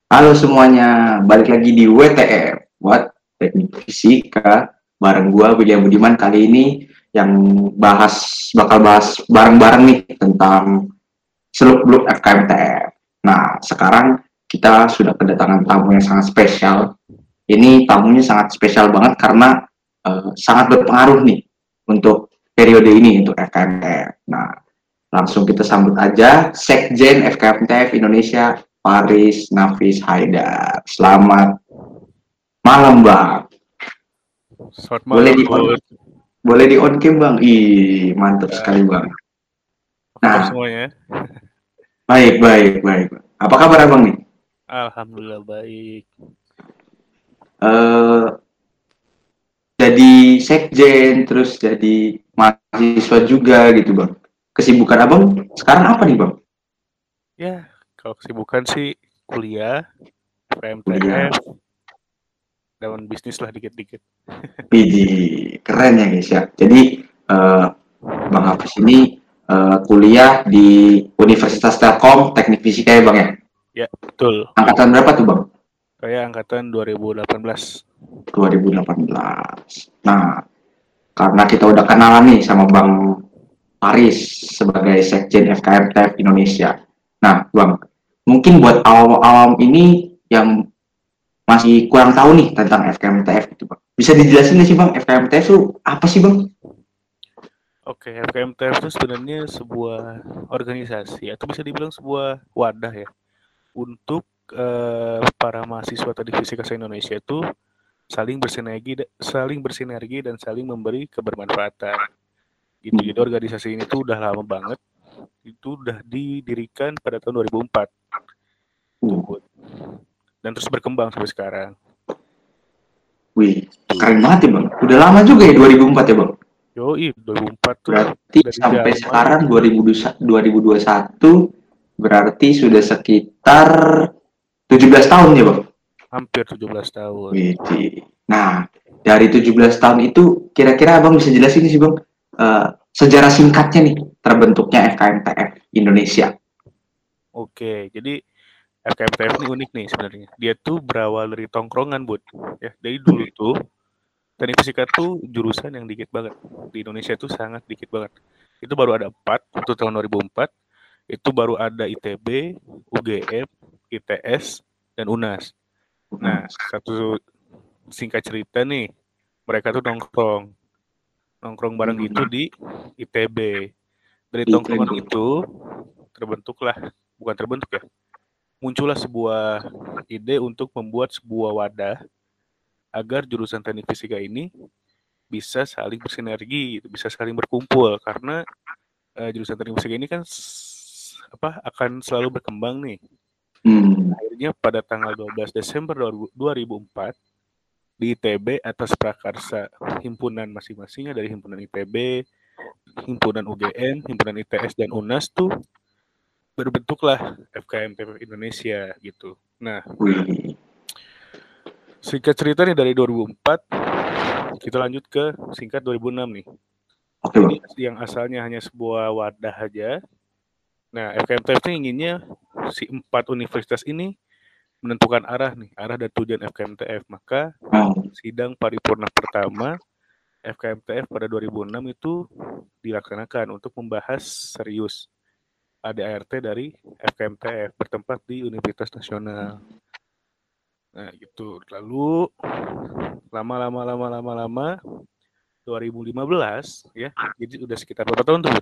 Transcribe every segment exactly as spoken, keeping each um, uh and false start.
Halo semuanya, balik lagi di W T F, What Teknik Fisika, bareng gua William Budiman kali ini yang bahas bakal bahas bareng-bareng nih tentang seluk-beluk F K M T F. Nah, sekarang kita sudah kedatangan tamu yang sangat spesial. Ini tamunya sangat spesial banget karena eh, sangat berpengaruh nih untuk periode ini untuk F K M T F. Nah, langsung kita sambut aja Sekjen F K M T F Indonesia, Faris Nafis Haidar. Selamat malam, Bang. Selamat Boleh malam, di on, Bud. boleh di on cam, Bang. Ih, mantap Ya, sekali, Bang. apa kabar Nah, semuanya? baik, baik, baik. Apa kabar, Abang nih? Alhamdulillah baik. Eh, jadi sekjen, terus jadi mahasiswa juga gitu, Bang. Kesibukan Abang sekarang apa nih, Bang? Ya, kalau kesibukan sih kuliah, Kuliah. P M T F, dan bisnis lah dikit-dikit. Widih, keren ya, guys ya. Jadi, eh, Bang Hafiz ini eh, kuliah di Universitas Telkom Teknik Fisika ya, Bang ya. Ya, betul. Angkatan berapa tuh, Bang? Saya angkatan dua ribu delapan belas. dua ribu delapan belas. Nah, karena kita udah kenalan nih sama Bang Faris sebagai Sekjen F K M T F Indonesia. Nah, Bang, mungkin buat awam-awam ini yang masih kurang tahu nih tentang F K M T F gitu, Bang. Bisa dijelasin nggak sih, Bang, F K M T F itu apa sih, Bang? Oke, F K M T F itu sebenarnya sebuah organisasi atau bisa dibilang sebuah wadah ya untuk eh, para mahasiswa tadi fisika se-Indonesia itu saling bersinergi, saling bersinergi dan saling memberi kebermanfaatan. Gitu. Jadi organisasi ini tuh udah lama banget, itu udah didirikan pada tahun dua ribu empat Uh, tuh, dan terus berkembang sampai sekarang Wih, keren tuh. banget ya, Bang. Udah lama juga ya dua ribu empat ya, Bang. Yoi, dua ribu empat tuh Berarti dari sampai zaman sekarang dua dua ribu dua puluh satu berarti sudah sekitar tujuh belas tahun ya, Bang? hampir tujuh belas tahun. Widih. Nah, dari tujuh belas tahun itu kira-kira Abang bisa jelasin sih, Bang, eh, sejarah singkatnya nih terbentuknya F K M T F Indonesia. Oke, jadi F K M T F ini unik nih sebenarnya. Dia tuh berawal dari tongkrongan, Bud. Ya, dari dulu tuh teknik fisika tuh jurusan yang dikit banget. Di Indonesia tuh sangat dikit banget. Itu baru ada empat waktu tahun dua ribu empat. Itu baru ada I T B, U G M, I T S, dan UNAS. Nah, Nah, satu singkat cerita nih, mereka tuh nongkrong. Nongkrong bareng itu hmm, di I T B. Dari itu tongkrongan itu terbentuklah, bukan terbentuk ya, muncullah sebuah ide untuk membuat sebuah wadah agar jurusan teknik fisika ini bisa saling bersinergi, gitu, bisa saling berkumpul karena eh, jurusan teknik fisika ini kan s- apa akan selalu berkembang nih. hmm, Akhirnya pada tanggal dua belas Desember dua ribu empat di I T B atas prakarsa himpunan masing-masingnya dari himpunan I T B, himpunan U G M, himpunan I T S dan UNAS tuh berbentuklah F K M T F Indonesia gitu. Nah, wih, singkat cerita nih dari dua ribu empat kita lanjut ke singkat dua ribu enam nih. oke, Jadi Bang. yang asalnya hanya sebuah wadah aja. Nah, F K M T F ini inginnya si empat universitas ini menentukan arah nih, arah dan tujuan F K M T F. Maka Oh, sidang paripurna pertama F K M T F pada dua ribu enam itu dilaksanakan untuk membahas serius A D A R T dari F K M T F bertempat di Universitas Nasional. Nah, gitu. Lalu lama-lama lama-lama lama dua ribu lima belas ya. Jadi udah sekitar berapa tahun tuh?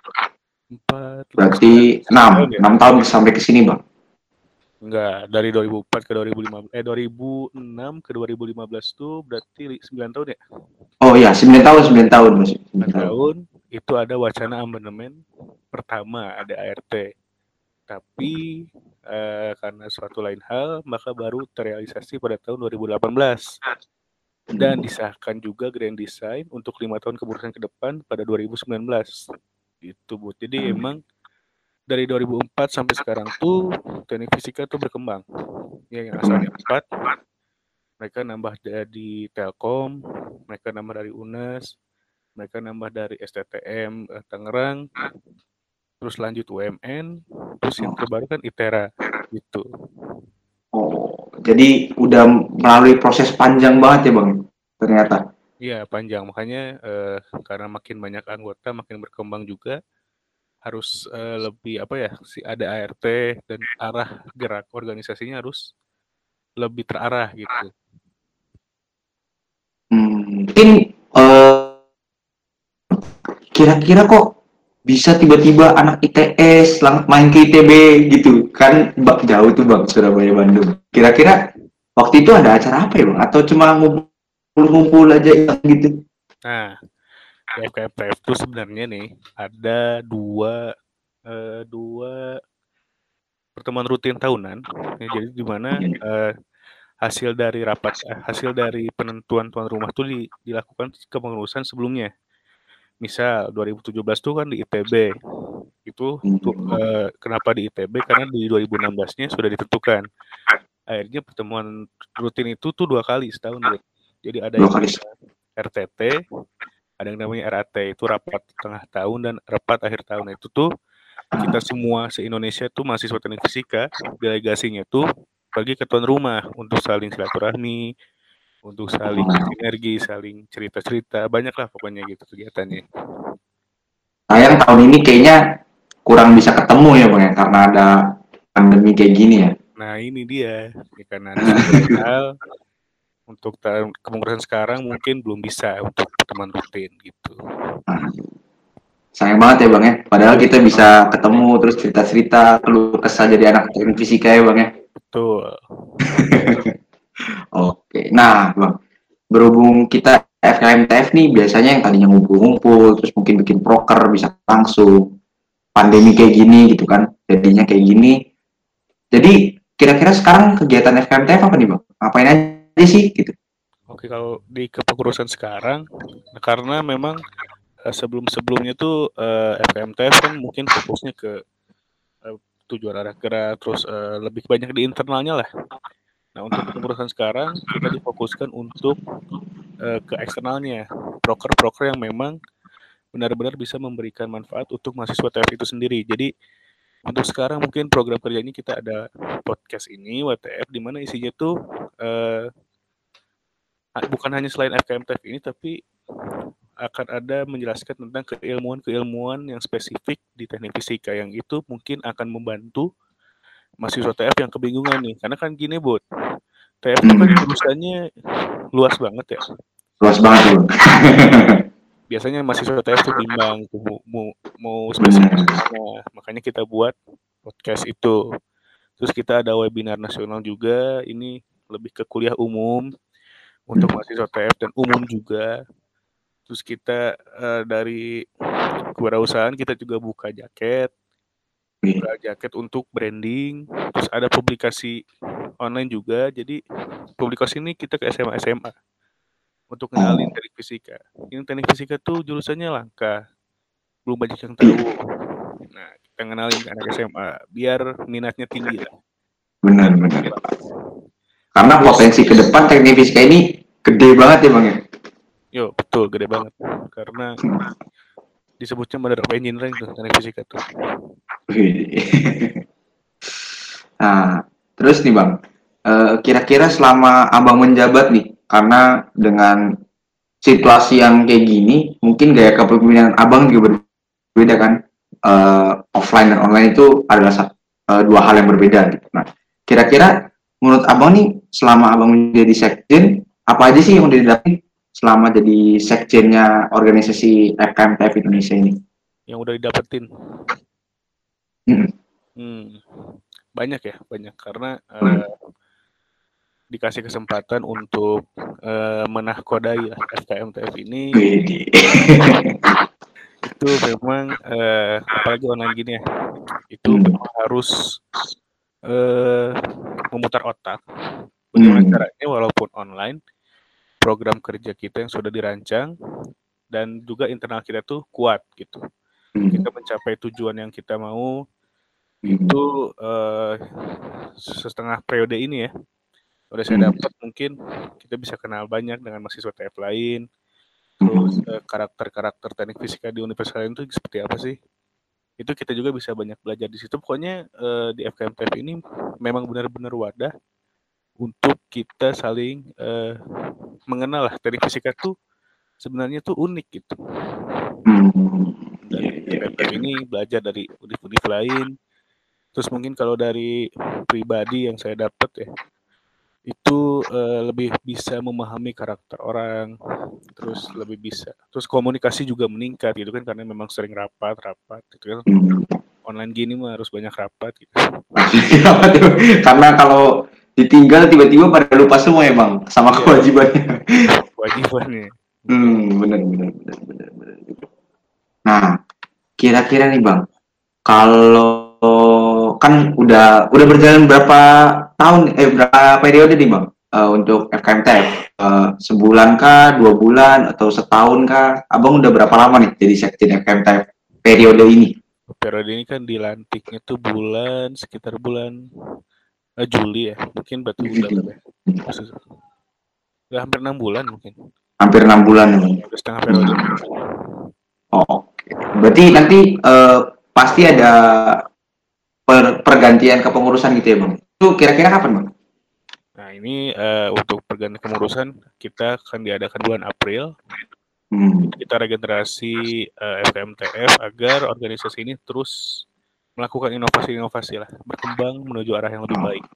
Empat, lima, berarti sembilan, sembilan enam tahun ya? enam tahun sampai ke sini, Bang. Enggak, dari dua ribu empat ke dua ribu lima belas, eh dua ribu enam ke dua ribu lima belas tuh berarti sembilan tahun ya? Oh iya, sembilan tahun, sembilan tahun masih. sembilan sembilan tahun. tahun itu ada wacana amandemen pertama ada A R T. Tapi eh, karena suatu lain hal maka baru terrealisasi pada tahun dua ribu delapan belas dan disahkan juga grand design untuk lima tahun kemudian ke depan pada dua ribu sembilan belas. Gitu, Bu. Jadi emang dari dua ribu empat sampai sekarang tuh teknik fisika tuh berkembang. Ya, yang asalnya Berkembang. empat, mereka nambah dari Telkom, mereka nambah dari UNAS, mereka nambah dari S T T M eh, Tangerang, terus lanjut U M N, terus yang Oh, terbaru kan ITERA gitu. Jadi udah melalui proses panjang banget ya Bang, ternyata. Iya, panjang. Makanya eh, karena makin banyak anggota, makin berkembang juga, harus eh, lebih apa ya, si ada A R T dan arah gerak organisasinya harus lebih terarah gitu. Hmm, mungkin eh, kira-kira kok bisa tiba-tiba anak I T S lang- main ke I T B gitu kan, Bak, jauh tuh Bang, Surabaya Bandung. Kira-kira waktu itu ada acara apa ya Bang? Atau cuma ngumpul-ngumpul aja gitu? Nah, di F K M T F itu sebenarnya nih ada dua eh, dua pertemuan rutin tahunan. Ya, jadi di mana eh, hasil dari rapat eh, hasil dari penentuan tuan rumah itu di, dilakukan kepengurusan sebelumnya. Misal dua ribu tujuh belas itu kan di I T B. Itu tuh, eh, kenapa di I T B? Karena di dua ribu enam belas-nya sudah ditentukan. Akhirnya pertemuan rutin itu tuh dua kali setahun, Bro. Jadi ada Dua yang kali. namanya R T T, ada yang namanya R A T, itu rapat tengah tahun dan rapat akhir tahun. Itu tuh kita semua se-Indonesia tuh mahasiswa teknik fisika, delegasinya tuh bagi ke tuan rumah untuk saling silaturahmi, untuk saling bersinergi, saling cerita-cerita, banyak lah pokoknya gitu kegiatannya. Sayang tahun ini kayaknya kurang bisa ketemu ya Bang ya, karena ada pandemi kayak gini ya. Nah ini dia, ya, karena ada suatu lain hal, untuk tahun kepengurusan sekarang mungkin belum bisa untuk teman rutin gitu. Nah, sayang banget ya Bang ya. Padahal kita bisa ketemu terus cerita-cerita keluh kesah jadi anak teknik fisika ya Bang ya. Betul. Oke. Nah, Bang, berhubung kita F K M T F nih biasanya yang tadinya ngumpul-ngumpul terus mungkin bikin proker bisa langsung, pandemi kayak gini gitu kan, jadinya kayak gini. Jadi kira-kira sekarang kegiatan F K M T F apa nih Bang? Ngapain aja sih gitu? Oke, kalau di kepengurusan sekarang, nah, karena memang eh, sebelum-sebelumnya tuh eh, F K M T F kan mungkin fokusnya ke eh, tujuan arah gerak, terus eh, lebih banyak di internalnya lah. Nah, untuk kepengurusan sekarang kita difokuskan untuk eh, ke eksternalnya, proker-proker yang memang benar-benar bisa memberikan manfaat untuk mahasiswa T F itu sendiri. Jadi untuk sekarang mungkin program kerjanya kita ada podcast ini W T F di mana isinya tuh eh, bukan hanya selain F K M T F ini tapi akan ada menjelaskan tentang keilmuan-keilmuan yang spesifik di teknik fisika yang itu mungkin akan membantu mahasiswa T F yang kebingungan nih. Karena kan gini, Bud. T F itu kan Hmm, jurusannya luas banget ya. luas banget ya Bang. Biasanya mahasiswa T F tuh bimbang tuh mau, mau, mau spesifik Bener. mana. Makanya kita buat podcast itu. Terus kita ada webinar nasional juga. Ini lebih ke kuliah umum untuk mahasiswa T F dan umum juga. Terus kita uh, dari kewirausahaan kita juga buka jaket, buka jaket untuk branding. Terus ada publikasi online juga. Jadi publikasi ini kita ke S M A S M A untuk kenalin Oh, teknik fisika. Ini teknik fisika tuh jurusannya langka, belum banyak yang tahu. Nah, kita kenalin ke anak S M A biar minatnya tinggi lah. benar-benar. Karena Terus, potensi ke depan teknik fisika ini gede banget ya Bang ya. yo betul gede banget karena disebutnya mother of engineering tuh teknik fisika tuh. Nah, terus nih Bang, eh, kira-kira selama Abang menjabat nih, karena dengan situasi yang kayak gini, mungkin gaya kepemimpinan Abang juga berbeda kan. Eh, offline dan online itu adalah sat- eh, dua hal yang berbeda gitu. Nah, kira-kira menurut Abang nih, selama Abang menjadi sekjen, apa aja sih yang udah didapetin selama jadi sekjennya organisasi F K M T F Indonesia ini? Yang udah didapetin. Hmm. Hmm, banyak ya, banyak karena uh, dikasih kesempatan untuk uh, menahkodai lah F K M T F ini itu memang uh, apalagi online gini ya, itu Hmm. memang harus uh, memutar otak bagaimana Hmm. caranya walaupun online program kerja kita yang sudah dirancang dan juga internal kita tuh kuat gitu. Hmm. Kita mencapai tujuan yang kita mau Hmm. itu uh, setengah periode ini ya. Udah saya Hmm. dapat mungkin kita bisa kenal banyak dengan mahasiswa T F lain. Terus Hmm. uh, karakter-karakter teknik fisika di universitas lain itu seperti apa sih? Itu kita juga bisa banyak belajar di situ. Pokoknya uh, di F K M T F ini memang benar-benar wadah untuk kita saling uh, mengenal lah. Teknik fisika tuh sebenarnya tuh unik gitu. Hmm. Dan Iya, F K M T F iya. ini belajar dari univ-univ lain. Terus mungkin kalau dari pribadi yang saya dapat ya, itu uh, lebih bisa memahami karakter orang, terus lebih bisa, terus komunikasi juga meningkat gitu kan, karena memang sering rapat rapat gitu kan. Hmm. Online gini mah harus banyak rapat gitu. Apa tuh? Karena kalau ditinggal tiba-tiba pada lupa semua ya bang, sama Iya, kewajibannya. kewajibannya betul. Hmm, benar, benar, benar, benar, benar. Nah, kira-kira nih bang, kalau kan udah udah berjalan berapa tahun, eh berapa periode nih bang, eh, untuk F K M T F? Eh, sebulan kah, dua bulan, atau setahun kah? Abang udah berapa lama nih jadi sekjen F K M T F periode ini? Periode ini kan dilantiknya tuh bulan sekitar bulan eh, Juli ya, mungkin berarti udah berapa ya? Udah hampir enam bulan mungkin. Hampir enam bulan nih. Udah setengah periode. Oh, oke. Berarti nanti eh, pasti ada per- pergantian kepengurusan gitu ya bang? Itu kira-kira kapan bang? Nah ini uh, untuk pergantian kepengurusan kita akan diadakan bulan April. Hmm. Kita regenerasi uh, F K M T F agar organisasi ini terus melakukan inovasi-inovasi lah, berkembang menuju arah yang lebih baik.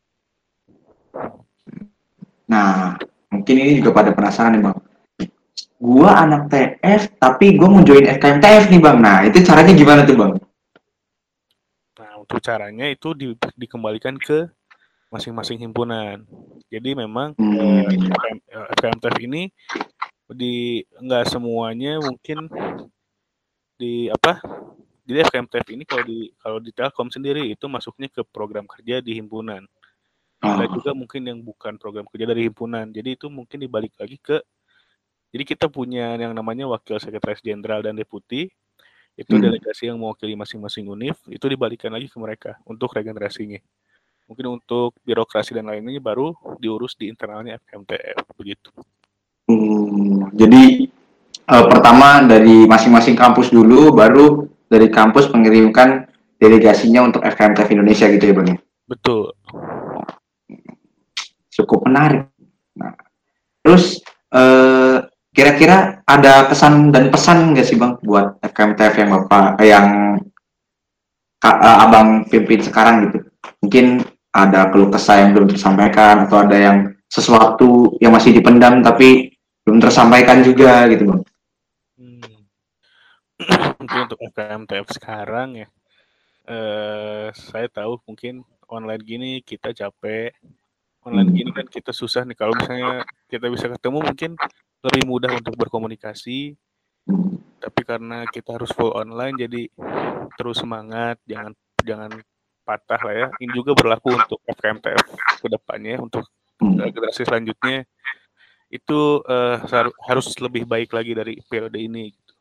Nah, mungkin ini juga pada penasaran nih bang. Gua anak T F, tapi gua mau join F K M T F nih bang. Nah, itu caranya gimana tuh bang? Nah untuk caranya itu di, dikembalikan ke masing-masing himpunan. Jadi memang Hmm. uh, F K M T F ini di nggak semuanya mungkin di apa? Jadi F K M T F ini kalau di kalau di Telkom sendiri itu masuknya ke program kerja di himpunan. Ada Oh. juga mungkin yang bukan program kerja dari himpunan. Jadi itu mungkin dibalik lagi ke, jadi kita punya yang namanya wakil sekretaris jenderal dan deputi, itu Hmm. delegasi yang mewakili masing-masing univ, itu dibalikan lagi ke mereka untuk regenerasinya. Mungkin untuk birokrasi dan lainnya baru diurus di internalnya F K M T F begitu. Hmm. Jadi uh, pertama dari masing-masing kampus dulu, baru dari kampus mengirimkan delegasinya untuk F K M T F Indonesia gitu ya bang? Betul. Cukup menarik. Nah, terus uh, kira-kira ada kesan dan pesan nggak sih bang buat F K M T F yang bapak, eh, yang uh, abang pimpin sekarang gitu? Mungkin ada keluh kesah yang belum tersampaikan, atau ada yang sesuatu yang masih dipendam tapi belum tersampaikan juga gitu bang? Hmm. Mungkin untuk F K M T F sekarang ya, eh, saya tahu mungkin online gini kita capek, online gini kan kita susah nih. Kalau misalnya kita bisa ketemu mungkin lebih mudah untuk berkomunikasi, tapi karena kita harus full online jadi terus semangat, jangan jangan patah lah ya. Ini juga berlaku untuk F K M T F ke depannya, untuk generasi selanjutnya itu uh, harus lebih baik lagi dari periode ini gitu.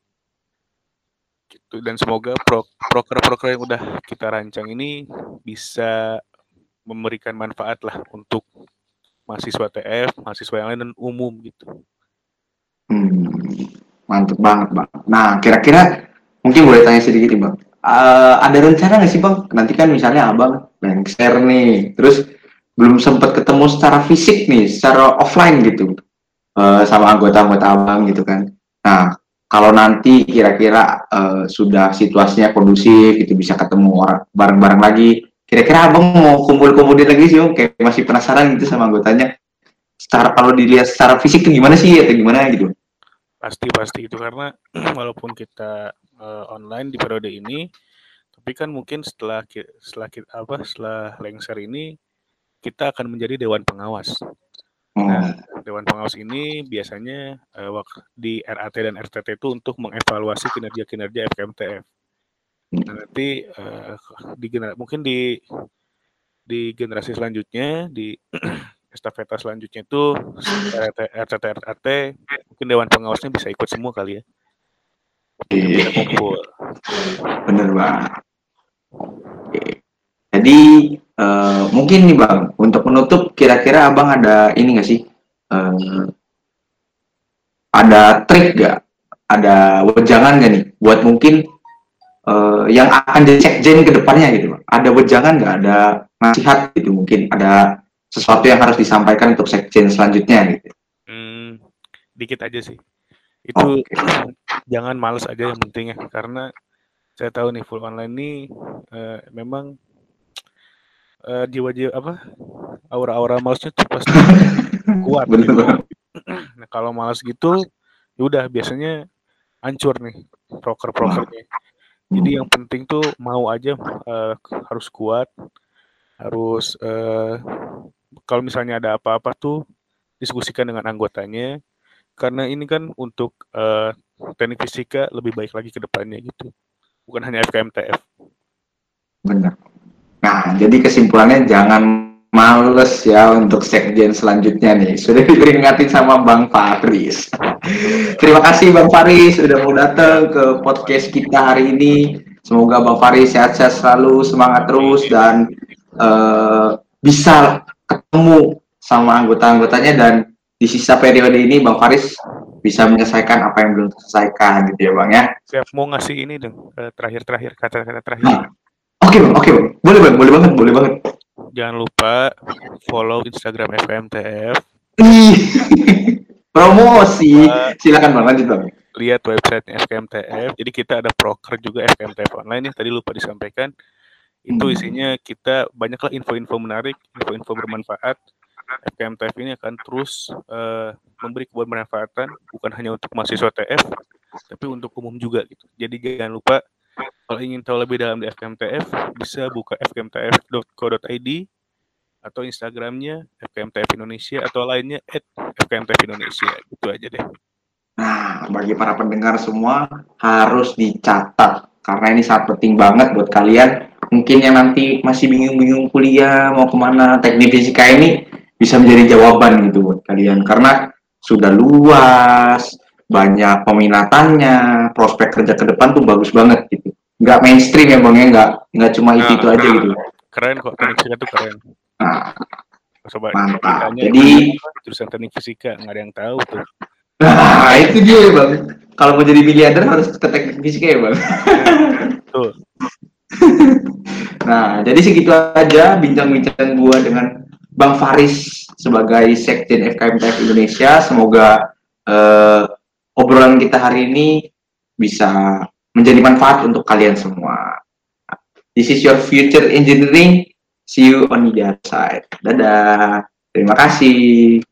Gitu. Dan semoga pro proker-proker yang udah kita rancang ini bisa memberikan manfaat lah untuk mahasiswa T F, mahasiswa yang lain dan umum gitu. Hmm, mantep banget bang. Nah, kira-kira mungkin boleh tanya sedikit nih bang. Uh, ada rencana nggak sih bang? Nanti kan misalnya abang lengser nih, terus belum sempat ketemu secara fisik nih, secara offline gitu, uh, sama anggota-anggota abang gitu kan. Nah, kalau nanti kira-kira uh, sudah situasinya kondusif, itu bisa ketemu orang bareng-bareng lagi. Kira-kira abang mau kumpul-kumpulin lagi sih bang? Kayak masih penasaran gitu sama anggotanya. Secara kalau dilihat secara fisik tuh gimana sih atau gimana gitu? Pasti pasti itu karena walaupun kita uh, online di periode ini, tapi kan mungkin setelah setelah kita apa setelah lengser ini kita akan menjadi dewan pengawas. Nah, dewan pengawas ini biasanya uh, di R A T dan R T T itu untuk mengevaluasi kinerja-kinerja F K M T F. Nah, nanti uh, di mungkin di di generasi selanjutnya, di estafeta selanjutnya itu R T T R A T, mungkin dewan pengawasnya bisa ikut semua kali ya. Kita kumpul. Bener banget. Jadi uh, mungkin nih bang, untuk menutup kira-kira abang ada ini nggak sih? Uh, ada trik nggak? Ada wejangan nggak nih? Buat mungkin uh, yang akan jadi sekjen ke depannya gitu bang. Ada wejangan nggak? Ada nasihat gitu mungkin? Ada sesuatu yang harus disampaikan untuk sekjen selanjutnya gitu. Hmm, dikit aja sih. Oke. Itu jangan males aja yang penting ya, karena saya tahu nih full online ini eh, memang eh, jiwa-jiwa apa aura-aura malesnya tuh pasti kuat Bener gitu. banget. Nah, kalau malas gitu, ya udah biasanya hancur nih Wah. proker-prokernya. Jadi yang penting tuh mau aja, eh, harus kuat, harus eh, kalau misalnya ada apa-apa tuh diskusikan dengan anggotanya, karena ini kan untuk eh, teknik fisika lebih baik lagi ke depannya gitu, bukan hanya F K M T F. Benar. Nah, jadi kesimpulannya jangan males ya untuk sekjen selanjutnya nih. Sudah diperingatin sama Bang Faris. Terima kasih Bang Faris sudah mau datang Ya, ke podcast kita hari ini. Semoga Bang Faris sehat-sehat selalu, semangat terus dan uh, bisa ketemu sama anggota-anggotanya, dan di sisa periode ini Bang Faris bisa menyelesaikan apa yang belum terselesaikan gitu ya Bang ya. siap mau ngasih ini dong, eh, terakhir-terakhir kata-kata terakhir. Nah, oke Bang, oke Bang. Boleh Bang, boleh banget, boleh banget. Jangan lupa follow Instagram F K M T F. Ih, promosi. Silakan Bang, lanjut Bang. Lihat websitenya F K M T F. Jadi kita ada proker juga F K M T F online ya. Tadi lupa disampaikan. Itu isinya kita banyaklah info-info menarik, info-info bermanfaat. F K M T F ini akan terus uh, memberi kebermanfaatan bukan hanya untuk mahasiswa T F, tapi untuk umum juga gitu. Jadi jangan lupa kalau ingin tahu lebih dalam di F K M T F bisa buka f k m t f dot co dot i d atau Instagramnya F K M T F Indonesia atau lainnya at F K M T F Indonesia. Itu aja deh. Nah, bagi para pendengar semua harus dicatat karena ini sangat penting banget buat kalian. Mungkin yang nanti masih bingung-bingung kuliah mau kemana, teknik fisika ini bisa menjadi jawaban gitu buat kalian karena sudah luas, banyak peminatannya, prospek kerja ke depan tuh bagus banget gitu. Nggak mainstream ya bang ya, nggak nggak cuma itu itu aja gitu. Keren kok, teknik fisika tuh keren. Nah, coba mantap. ditanya Jadi jurusan teknik fisika nggak ada yang tahu tuh. Nah, itu dia ya bang. Kalau mau jadi miliarder harus ke teknik fisika ya bang. Tuh. Nah, jadi segitu aja bincang-bincang gua dengan Bang Faris sebagai Sekjen F K M T F Indonesia. Semoga eh, obrolan kita hari ini bisa menjadi manfaat untuk kalian semua. This is your future engineering. See you on the other side. Dadah. Terima kasih.